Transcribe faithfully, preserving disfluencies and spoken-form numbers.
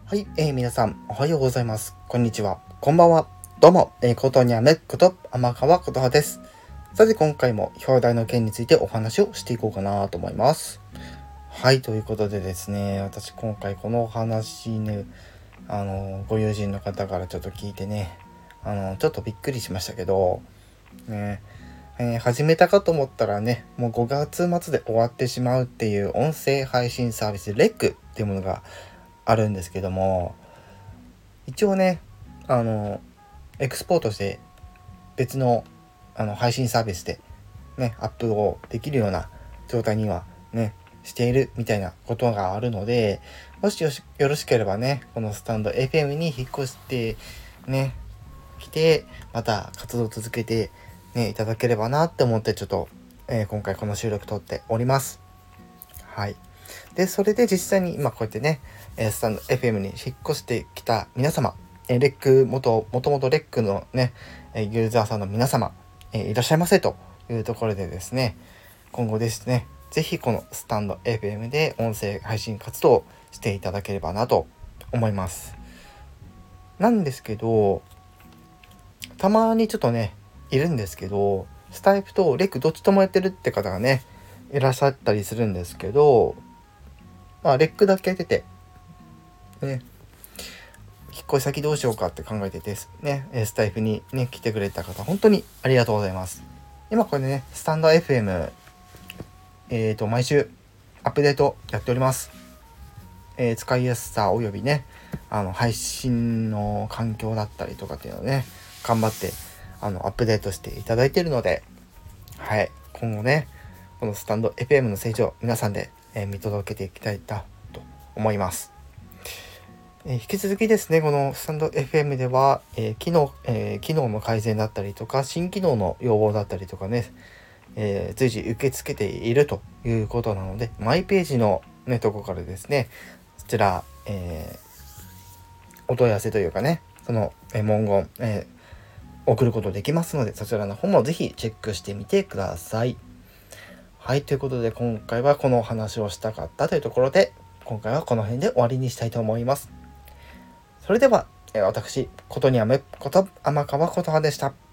はい、えー、皆さんおはようございます。こんにちは。こんばんは。どうも、えー、ことにゃめこと天川ことはです。さて今回も表題の件についてお話をしていこうかなと思います。はい、ということでですね、私今回このお話ね、あのご友人の方からちょっと聞いてね、あのちょっとびっくりしましたけど、ね、えー始めたかと思ったらね、もうごがつ末で終わってしまうっていう音声配信サービスレックっていうものがあるんですけども、一応ね、あのエクスポートして別のあの配信サービスでねアップをできるような状態にはねしているみたいなことがあるので、もしよしよろしければね、このスタンド エフエム に引っ越してね来て、また活動を続けてねいただければなって思って、ちょっと、えー今回この収録撮っております。はい。で、それで実際に今こうやってね、えースタンド エフエム に引っ越してきた皆様、えーレック、元、もともとレックのね、えーユーザーさんの皆様、えーいらっしゃいませというところでですね、今後ですね、ぜひこのスタンド エフエム で音声配信活動をしていただければなと思います。なんですけど、たまにちょっとね、いるんですけど、スタイフとレックどっちともやってるって方がね、いらっしゃったりするんですけど、まあ、レックだけやってて、ね、引っ越し先どうしようかって考えててね、スタイフにね、来てくれた方、本当にありがとうございます。今これね、スタンド エフエム、えーと、毎週アップデートやっております。えー使いやすさおよびね、あの、配信の環境だったりとかっていうのをね、頑張って、あの、アップデートしていただいているので、はい、今後ね、このスタンド エフエム の成長、皆さんで、えー見届けていきたいなと思います。えー引き続きですね、このスタンド エフエム では、えー機能、えー機能の改善だったりとか、新機能の要望だったりとかね、えー随時受け付けているということなので、マイページのね、とこからですね、そちら、えーお問い合わせというかね、その、えー文言、えー送ることできますので、そちらの方もぜひチェックしてみてください。はい、ということで今回はこのお話をしたかったというところで、今回はこの辺で終わりにしたいと思います。それでは、えー私、ことにあめこと天川琴葉でした。